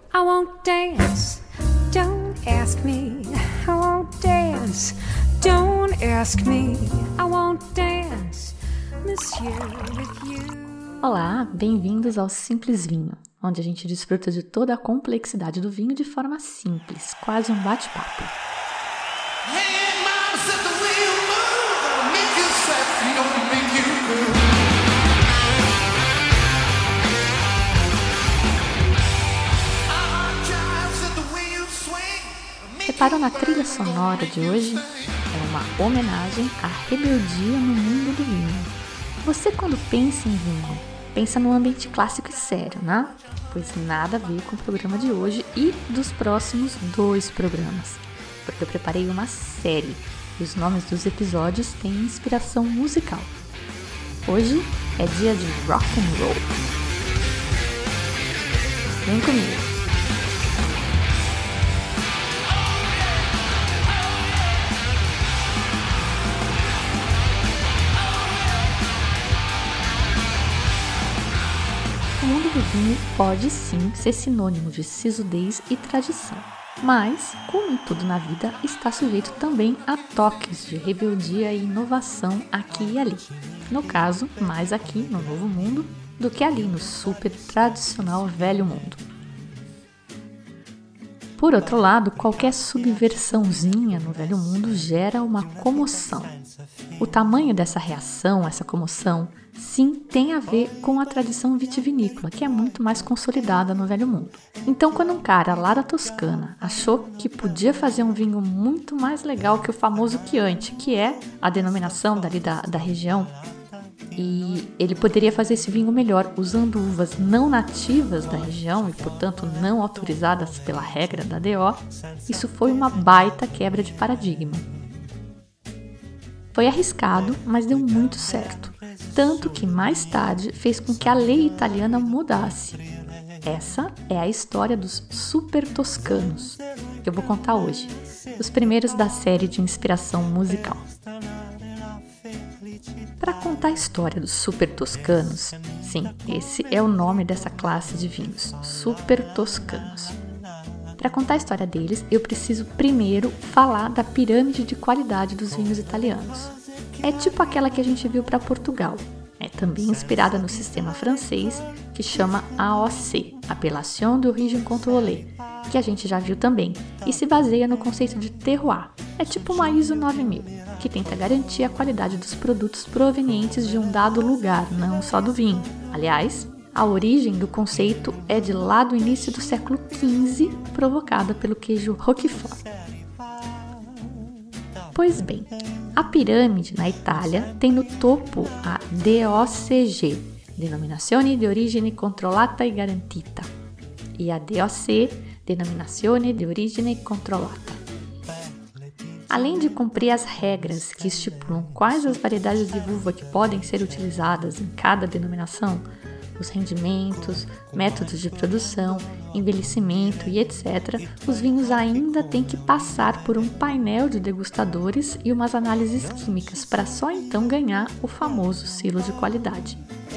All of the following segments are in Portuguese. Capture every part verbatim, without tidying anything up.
I won't dance, don't ask me. I won't dance, don't ask me. I won't dance, monsieur, with you. Olá, bem-vindos ao Simples Vinho, onde a gente desfruta de toda a complexidade do vinho de forma simples, quase um bate-papo. Hey, mama said the way you move, gonna make you sexy, gonna make you cool. Reparam na trilha sonora de hoje? É uma homenagem à rebeldia no mundo do vinho. Você, quando pensa em vinho, pensa num ambiente clássico e sério, né? Pois nada a ver com o programa de hoje e dos próximos dois programas, porque eu preparei uma série e os nomes dos episódios têm inspiração musical. Hoje é dia de rock and roll. Vem comigo! O mundo do vinho pode sim ser sinônimo de sisudez e tradição, mas, como em tudo na vida, está sujeito também a toques de rebeldia e inovação aqui e ali. No caso, mais aqui no Novo Mundo do que ali no super tradicional Velho Mundo. Por outro lado, qualquer subversãozinha no Velho Mundo gera uma comoção. O tamanho dessa reação, essa comoção, sim, tem a ver com a tradição vitivinícola, que é muito mais consolidada no Velho Mundo. Então, quando um cara lá da Toscana achou que podia fazer um vinho muito mais legal que o famoso Chianti, que é a denominação dali da, da região, e ele poderia fazer esse vinho melhor usando uvas não nativas da região e, portanto, não autorizadas pela regra da D O, isso foi uma baita quebra de paradigma. Foi arriscado, mas deu muito certo, tanto que mais tarde fez com que a lei italiana mudasse. Essa é a história dos super toscanos, que eu vou contar hoje, os primeiros da série de inspiração musical. Para contar a história dos super toscanos, sim, esse é o nome dessa classe de vinhos, super toscanos. Para contar a história deles, eu preciso primeiro falar da pirâmide de qualidade dos vinhos italianos. É tipo aquela que a gente viu para Portugal. É também inspirada no sistema francês que chama A O C, Appellation d'Origine Contrôlée, que a gente já viu também, e se baseia no conceito de terroir. É tipo uma I S O nove mil, que tenta garantir a qualidade dos produtos provenientes de um dado lugar, não só do vinho. Aliás, a origem do conceito é de lá do início do século quinze, provocada pelo queijo Roquefort. Pois bem, a pirâmide na Itália tem no topo a D O C G, Denominazione di Origine Controllata e Garantita, e a D O C, Denominazione di Origine Controllata. Além de cumprir as regras que estipulam quais as variedades de uva que podem ser utilizadas em cada denominação, os rendimentos, métodos de produção, envelhecimento e etcétera, os vinhos ainda têm que passar por um painel de degustadores e umas análises químicas para só então ganhar o famoso selo de qualidade.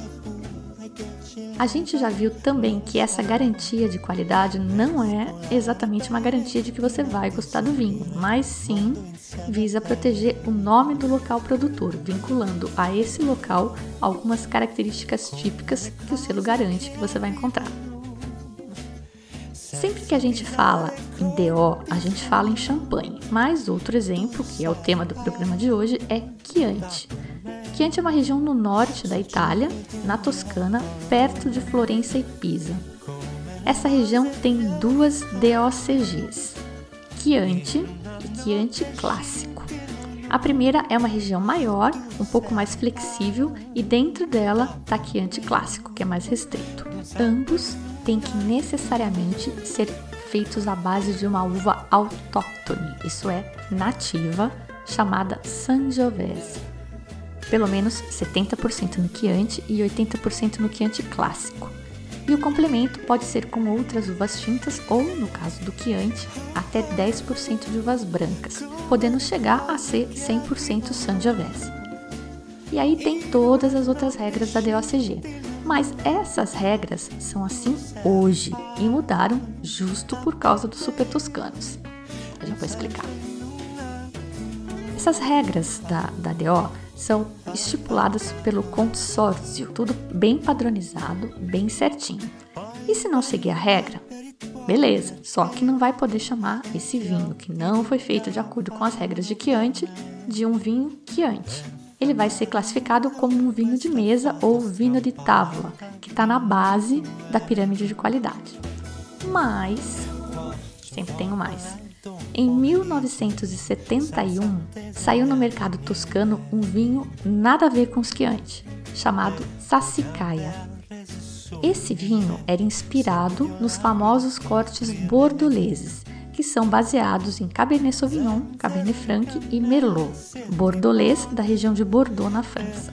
A gente já viu também que essa garantia de qualidade não é exatamente uma garantia de que você vai gostar do vinho, mas sim visa proteger o nome do local produtor, vinculando a esse local algumas características típicas que o selo garante que você vai encontrar. Sempre que a gente fala em D O, a gente fala em champanhe, mas outro exemplo, que é o tema do programa de hoje, é Chianti. Chianti é uma região no norte da Itália, na Toscana, perto de Florença e Pisa. Essa região tem duas D O C Gs, Chianti e Chianti Clássico. A primeira é uma região maior, um pouco mais flexível, e dentro dela está Chianti Clássico, que é mais restrito. Ambos têm que necessariamente ser feitos à base de uma uva autóctone, isso é, nativa, chamada Sangiovese. Pelo menos setenta por cento no Chianti e oitenta por cento no Chianti Clássico. E o complemento pode ser com outras uvas tintas ou, no caso do Chianti, até dez por cento de uvas brancas, podendo chegar a ser cem por cento Sangiovese. E aí tem todas as outras regras da D O C G, Mas essas regras são assim hoje e mudaram justo por causa dos super toscanos. Eu já vou explicar. Essas regras da, da D O são estipuladas pelo consórcio, tudo bem padronizado, bem certinho. E se não seguir a regra, beleza, só que não vai poder chamar esse vinho, que não foi feito de acordo com as regras de Chianti, de um vinho Chianti. Ele vai ser classificado como um vinho de mesa ou vinho de távola, que está na base da pirâmide de qualidade. Mas, sempre tenho mais, em mil novecentos e setenta e um saiu no mercado toscano um vinho nada a ver com os Chianti, chamado Sassicaia. Esse vinho era inspirado nos famosos cortes bordoleses, que são baseados em Cabernet Sauvignon, Cabernet Franc e Merlot, bordolês da região de Bordeaux, na França.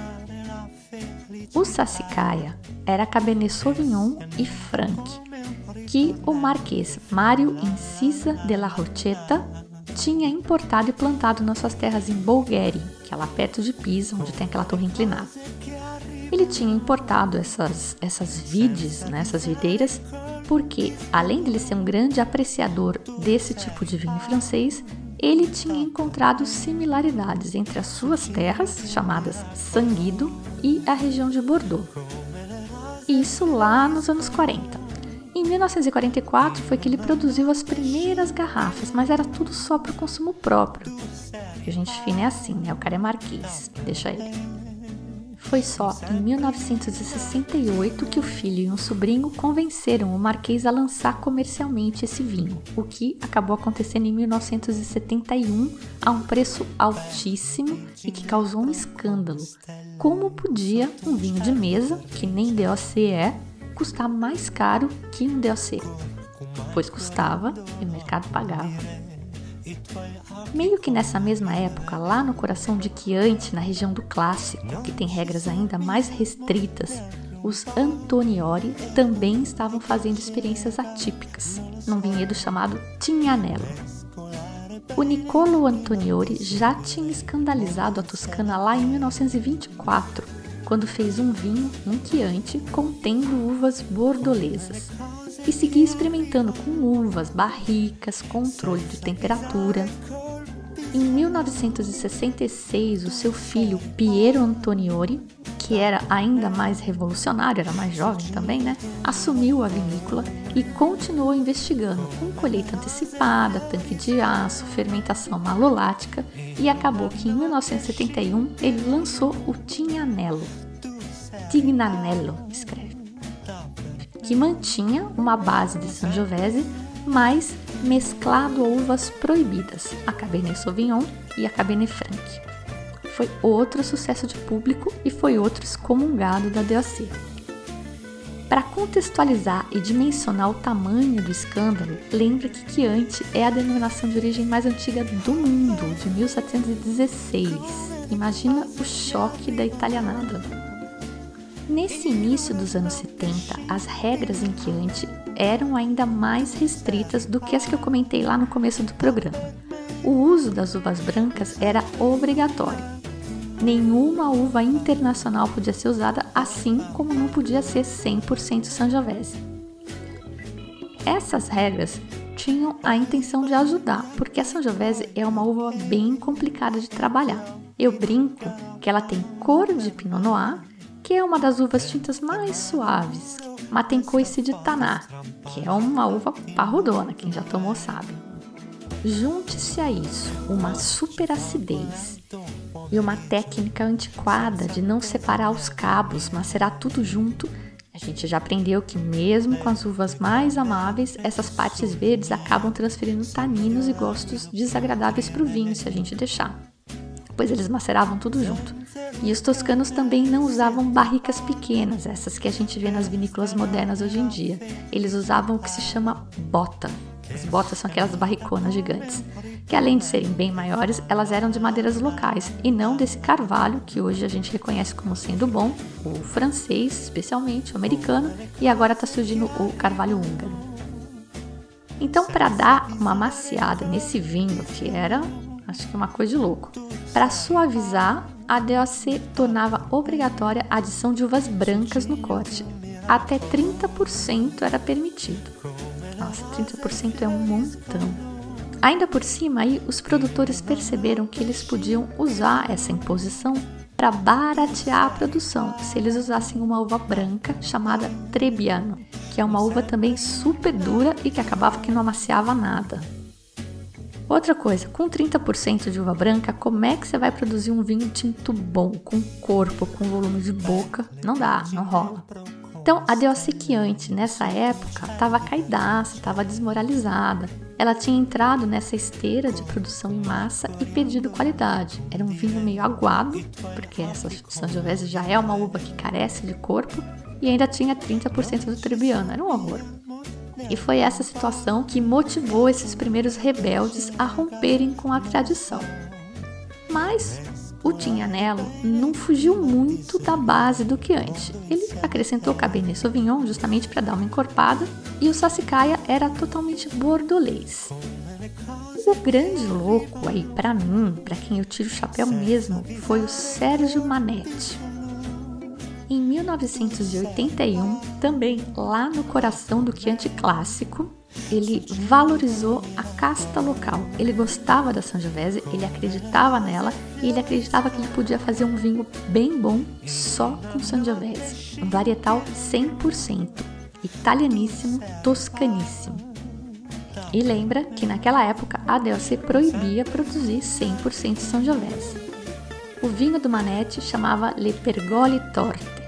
O Sassicaia era Cabernet Sauvignon e Franc, que o marquês Mário Incisa de la Rocheta tinha importado e plantado nas suas terras em Bulgari, que é lá perto de Pisa, onde tem aquela torre inclinada. Ele tinha importado essas, essas vides, né, essas videiras, porque, além de ele ser um grande apreciador desse tipo de vinho francês, ele tinha encontrado similaridades entre as suas terras, chamadas Sanguido, e a região de Bordeaux. Isso lá nos anos quarenta. Em mil novecentos e quarenta e quatro foi que ele produziu as primeiras garrafas, mas era tudo só para o consumo próprio. Porque a gente fina é assim, né? O cara é marquês, deixa ele. Foi só em mil novecentos e sessenta e oito que o filho e um sobrinho convenceram o marquês a lançar comercialmente esse vinho, o que acabou acontecendo em mil novecentos e setenta e um a um preço altíssimo e que causou um escândalo. Como podia um vinho de mesa, que nem D O C é, custar mais caro que um D O C? Pois custava e o mercado pagava. Meio que nessa mesma época, lá no coração de Chianti, na região do Clássico, que tem regras ainda mais restritas, os Antoniori também estavam fazendo experiências atípicas, num vinhedo chamado Tignanello. O Niccolo Antoniori já tinha escandalizado a Toscana lá em mil novecentos e vinte e quatro, quando fez um vinho, um Chianti, contendo uvas bordolesas. E seguia experimentando com uvas, barricas, controle de temperatura. Em mil novecentos e sessenta e seis, o seu filho Piero Antoniori, que era ainda mais revolucionário, era mais jovem também, né? Assumiu a vinícola e continuou investigando com colheita antecipada, tanque de aço, fermentação malolática, e acabou que em mil novecentos e setenta e um ele lançou o Tignanello. Tignanello, escreve. Que mantinha uma base de Sangiovese, mas mesclado a uvas proibidas, a Cabernet Sauvignon e a Cabernet Franc. Foi outro sucesso de público e foi outro excomungado da D O C. Para contextualizar e dimensionar o tamanho do escândalo, lembra que Chianti é a denominação de origem mais antiga do mundo, de mil setecentos e dezesseis. Imagina o choque da italianada. Nesse início dos anos setenta, as regras em Chianti eram ainda mais restritas do que as que eu comentei lá no começo do programa. O uso das uvas brancas era obrigatório. Nenhuma uva internacional podia ser usada, assim como não podia ser cem por cento Sangiovese. Essas regras tinham a intenção de ajudar, porque a Sangiovese é uma uva bem complicada de trabalhar. Eu brinco que ela tem cor de Pinot Noir, que é uma das uvas tintas mais suaves, mas tem coice de Taná, que é uma uva parrudona, quem já tomou sabe. Junte-se a isso uma super acidez e uma técnica antiquada de não separar os cabos, macerar tudo junto. A gente já aprendeu que mesmo com as uvas mais amáveis, essas partes verdes acabam transferindo taninos e gostos desagradáveis para o vinho se a gente deixar, pois eles maceravam tudo junto. E os toscanos também não usavam barricas pequenas, essas que a gente vê nas vinícolas modernas hoje em dia. Eles usavam o que se chama bota. As botas são aquelas barriconas gigantes, que além de serem bem maiores, elas eram de madeiras locais e não desse carvalho que hoje a gente reconhece como sendo bom, o francês especialmente, o americano, e agora está surgindo o carvalho húngaro. Então, para dar uma maciada nesse vinho, que era, acho que uma coisa de louco, para suavizar, a D O C tornava obrigatória a adição de uvas brancas no corte. Até trinta por cento era permitido. Nossa, trinta por cento é um montão. Ainda por cima, aí, os produtores perceberam que eles podiam usar essa imposição para baratear a produção, se eles usassem uma uva branca chamada Trebbiano, que é uma uva também super dura e que acabava que não amaciava nada. Outra coisa, com trinta por cento de uva branca, como é que você vai produzir um vinho tinto bom, com corpo, com volume de boca? Não dá, não rola. Então, a D O C Chianti, nessa época, estava caidaça, estava desmoralizada. Ela tinha entrado nessa esteira de produção em massa e perdido qualidade. Era um vinho meio aguado, porque essa Sangiovese já é uma uva que carece de corpo, e ainda tinha trinta por cento do Trebbiano. Era um horror. E foi essa situação que motivou esses primeiros rebeldes a romperem com a tradição. Mas o Tignanello não fugiu muito da base do Chianti. Ele acrescentou Cabernet Sauvignon justamente para dar uma encorpada, e o Sassicaia era totalmente bordolês. O grande louco aí, para mim, para quem eu tiro o chapéu mesmo, foi o Sergio Manetti. Em mil novecentos e oitenta e um, também lá no coração do Chianti clássico, ele valorizou a casta local. Ele gostava da Sangiovese, ele acreditava nela e ele acreditava que ele podia fazer um vinho bem bom só com Sangiovese. Um varietal cem por cento, italianíssimo, toscaníssimo. E lembra que naquela época a D O C proibia produzir cem por cento Sangiovese. O vinho do Manetti chamava Le Pergoli Torte.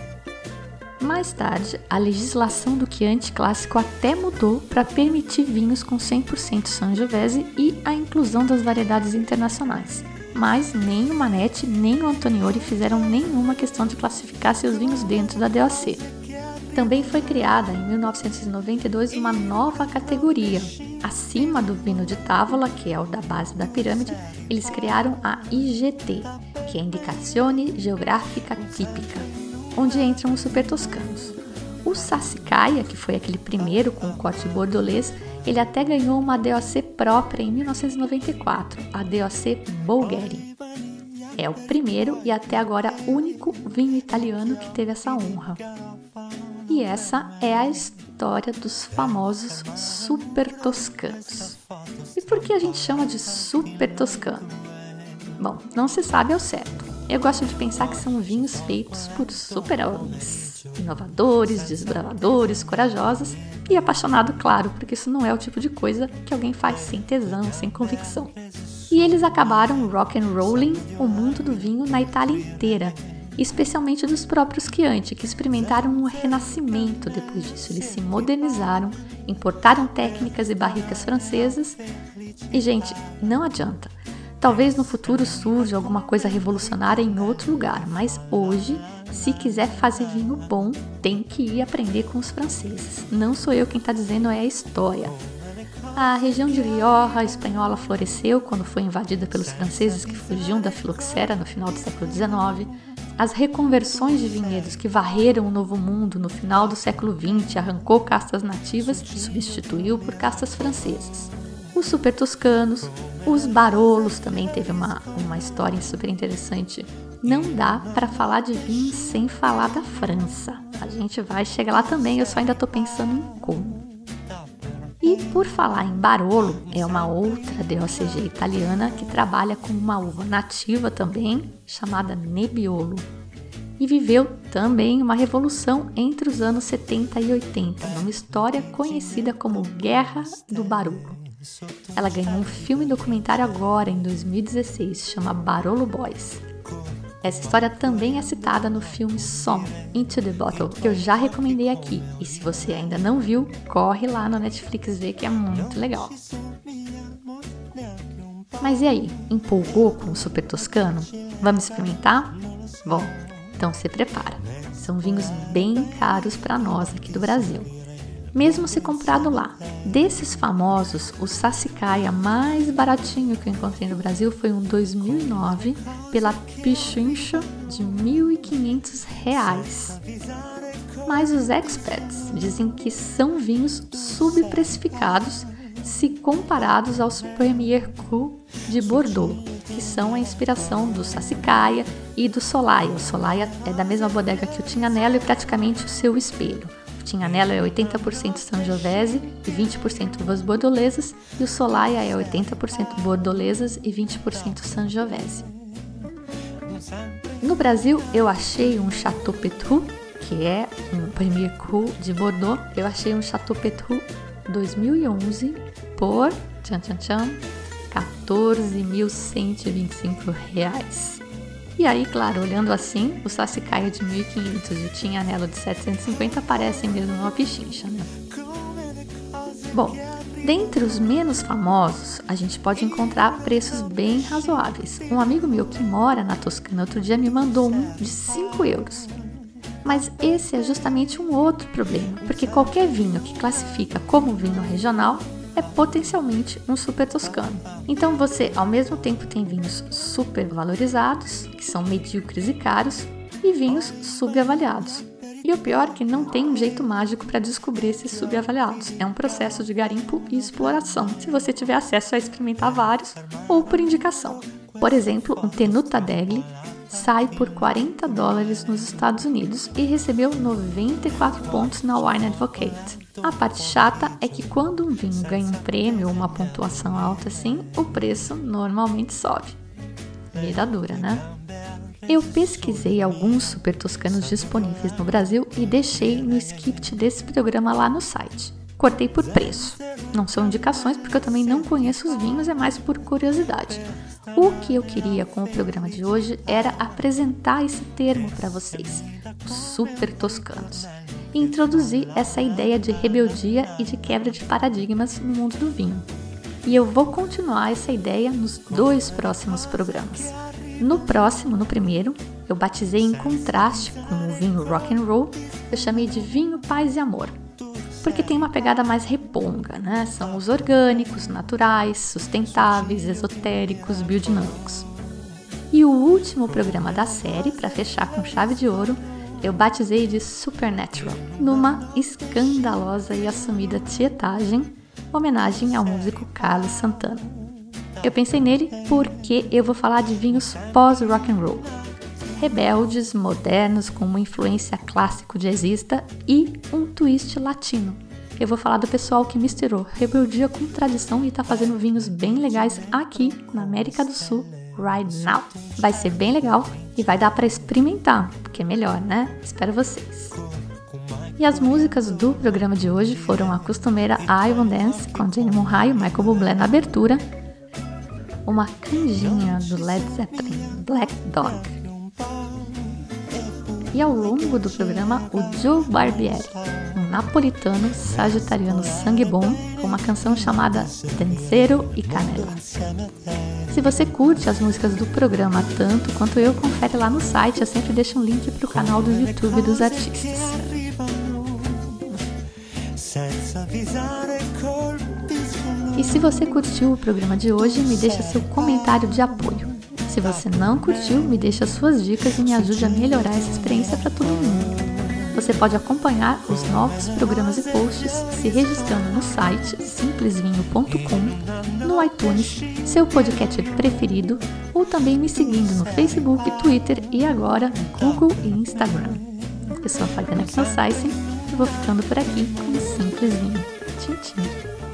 Mais tarde, a legislação do Chianti clássico até mudou para permitir vinhos com cem por cento Sangiovese e a inclusão das variedades internacionais. Mas nem o Manetti nem o Antoniori fizeram nenhuma questão de classificar seus vinhos dentro da D O C. Também foi criada em mil novecentos e noventa e dois uma nova categoria. Acima do vinho de távola, que é o da base da pirâmide, eles criaram a I G T, que é Indicazione Geográfica Típica, onde entram os super toscanos. O Sassicaia, que foi aquele primeiro com o corte bordolês, ele até ganhou uma D O C própria em mil novecentos e noventa e quatro, a D O C Bolgheri. É o primeiro e até agora único vinho italiano que teve essa honra. E essa é a história dos famosos super toscanos. E por que a gente chama de super toscano? Bom, não se sabe ao certo. Eu gosto de pensar que são vinhos feitos por super-homens, inovadores, desbravadores, corajosos e apaixonados, claro, porque isso não é o tipo de coisa que alguém faz sem tesão, sem convicção. E eles acabaram rock and rolling o mundo do vinho na Itália inteira, especialmente dos próprios Chianti, que experimentaram um renascimento depois disso. Eles se modernizaram, importaram técnicas e barricas francesas e, gente, não adianta. Talvez no futuro surja alguma coisa revolucionária em outro lugar, mas hoje, se quiser fazer vinho bom, tem que ir aprender com os franceses. Não sou eu quem está dizendo, é a história. A região de Rioja espanhola floresceu quando foi invadida pelos franceses que fugiam da filoxera no final do século dezenove. As reconversões de vinhedos que varreram o Novo Mundo no final do século vinte arrancou castas nativas e substituiu por castas francesas. Os super toscanos, os barolos também teve uma, uma história super interessante. Não dá para falar de vinho sem falar da França. A gente vai chegar lá também, eu só ainda estou pensando em como. E por falar em Barolo, é uma outra D O C G italiana que trabalha com uma uva nativa também, chamada Nebbiolo. E viveu também uma revolução entre os anos setenta e oitenta, numa história conhecida como Guerra do Barolo. Ela ganhou um filme documentário agora, em dois mil e dezesseis, chama Barolo Boys. Essa história também é citada no filme Somm, Into the Bottle, que eu já recomendei aqui. E se você ainda não viu, corre lá na Netflix ver que é muito legal. Mas e aí, empolgou com o super toscano? Vamos experimentar? Bom, então se prepara. São vinhos bem caros para nós aqui do Brasil, mesmo se comprado lá. Desses famosos, o Sassicaia mais baratinho que eu encontrei no Brasil foi um dois mil e nove pela Pichincha de mil e quinhentos reais. Mas os experts dizem que são vinhos subprecificados se comparados aos Premier Cru de Bordeaux. que são a inspiração do Sassicaia e do Solaia. O Solaia é da mesma bodega que o Tignanello e praticamente o seu espelho. O Tignanello é oitenta por cento Sangiovese e vinte por cento uvas bordolesas, e o Solaia é oitenta por cento bordolesas e vinte por cento Sangiovese. No Brasil, eu achei um Chateau Petrus, que é um Premier Cru de Bordeaux. Eu achei um Chateau Petrus dois mil e onze por tchan, tchan, tchan, quatorze mil cento e vinte e cinco reais. E aí, claro, olhando assim, o Sassicaia de mil e quinhentos e o Tignanello de setecentos e cinquenta parecem mesmo uma pichincha, né? Bom, dentre os menos famosos, a gente pode encontrar preços bem razoáveis. Um amigo meu que mora na Toscana outro dia me mandou um de cinco euros. Mas esse é justamente um outro problema, porque qualquer vinho que classifica como vinho regional é potencialmente um super toscano. Então você, ao mesmo tempo, tem vinhos super valorizados, que são medíocres e caros, e vinhos subavaliados. E o pior é que não tem um jeito mágico para descobrir esses subavaliados. É um processo de garimpo e exploração, se você tiver acesso a experimentar vários ou por indicação. Por exemplo, um Tenuta degli sai por quarenta dólares nos Estados Unidos e recebeu noventa e quatro pontos na Wine Advocate. A parte chata é que quando um vinho ganha um prêmio ou uma pontuação alta assim, o preço normalmente sobe. Vida dura, né? Eu pesquisei alguns super toscanos disponíveis no Brasil e deixei no script desse programa lá no site. Cortei por preço. Não são indicações porque eu também não conheço os vinhos, é mais por curiosidade. O que eu queria com o programa de hoje era apresentar esse termo para vocês, os super toscanos, e introduzir essa ideia de rebeldia e de quebra de paradigmas no mundo do vinho. E eu vou continuar essa ideia nos dois próximos programas. No próximo, no primeiro, eu batizei em contraste com o vinho rock and roll, eu chamei de vinho paz e amor, porque tem uma pegada mais reponga, né? São os orgânicos, naturais, sustentáveis, esotéricos, biodinâmicos. E o último programa da série, para fechar com chave de ouro, eu batizei de Supernatural, numa escandalosa e assumida tietagem, homenagem ao músico Carlos Santana. Eu pensei nele porque eu vou falar de vinhos pós-rock and roll, rebeldes, modernos, com uma influência clássico jazzista e um twist latino. Eu vou falar do pessoal que misturou rebeldia com tradição e tá fazendo vinhos bem legais aqui na América do Sul, right now. Vai ser bem legal e vai dar para experimentar, porque é melhor, né? Espero vocês. E as músicas do programa de hoje foram a costumeira I Won't Dance, com Jenny Monroe e Michael Bublé na abertura, uma canjinha do Led Zeppelin, Black Dog. E ao longo do programa, o Joe Barbieri, um napolitano sagitariano sangue bom, com uma canção chamada Danzero e Canela. Se você curte as músicas do programa tanto quanto eu, confere lá no site, eu sempre deixo um link para o canal do YouTube dos artistas. E se você curtiu o programa de hoje, me deixa seu comentário de apoio. Se você não curtiu, me deixa suas dicas e me ajude a melhorar essa experiência para todo mundo. Você pode acompanhar os novos programas e posts se registrando no site simples vinho ponto com, no iTunes, seu podcast preferido, ou também me seguindo no Facebook, Twitter e agora Google e Instagram. Eu sou a Fabiana Knossaisen e vou ficando por aqui com o Simples Vinho. Tchim, tchim.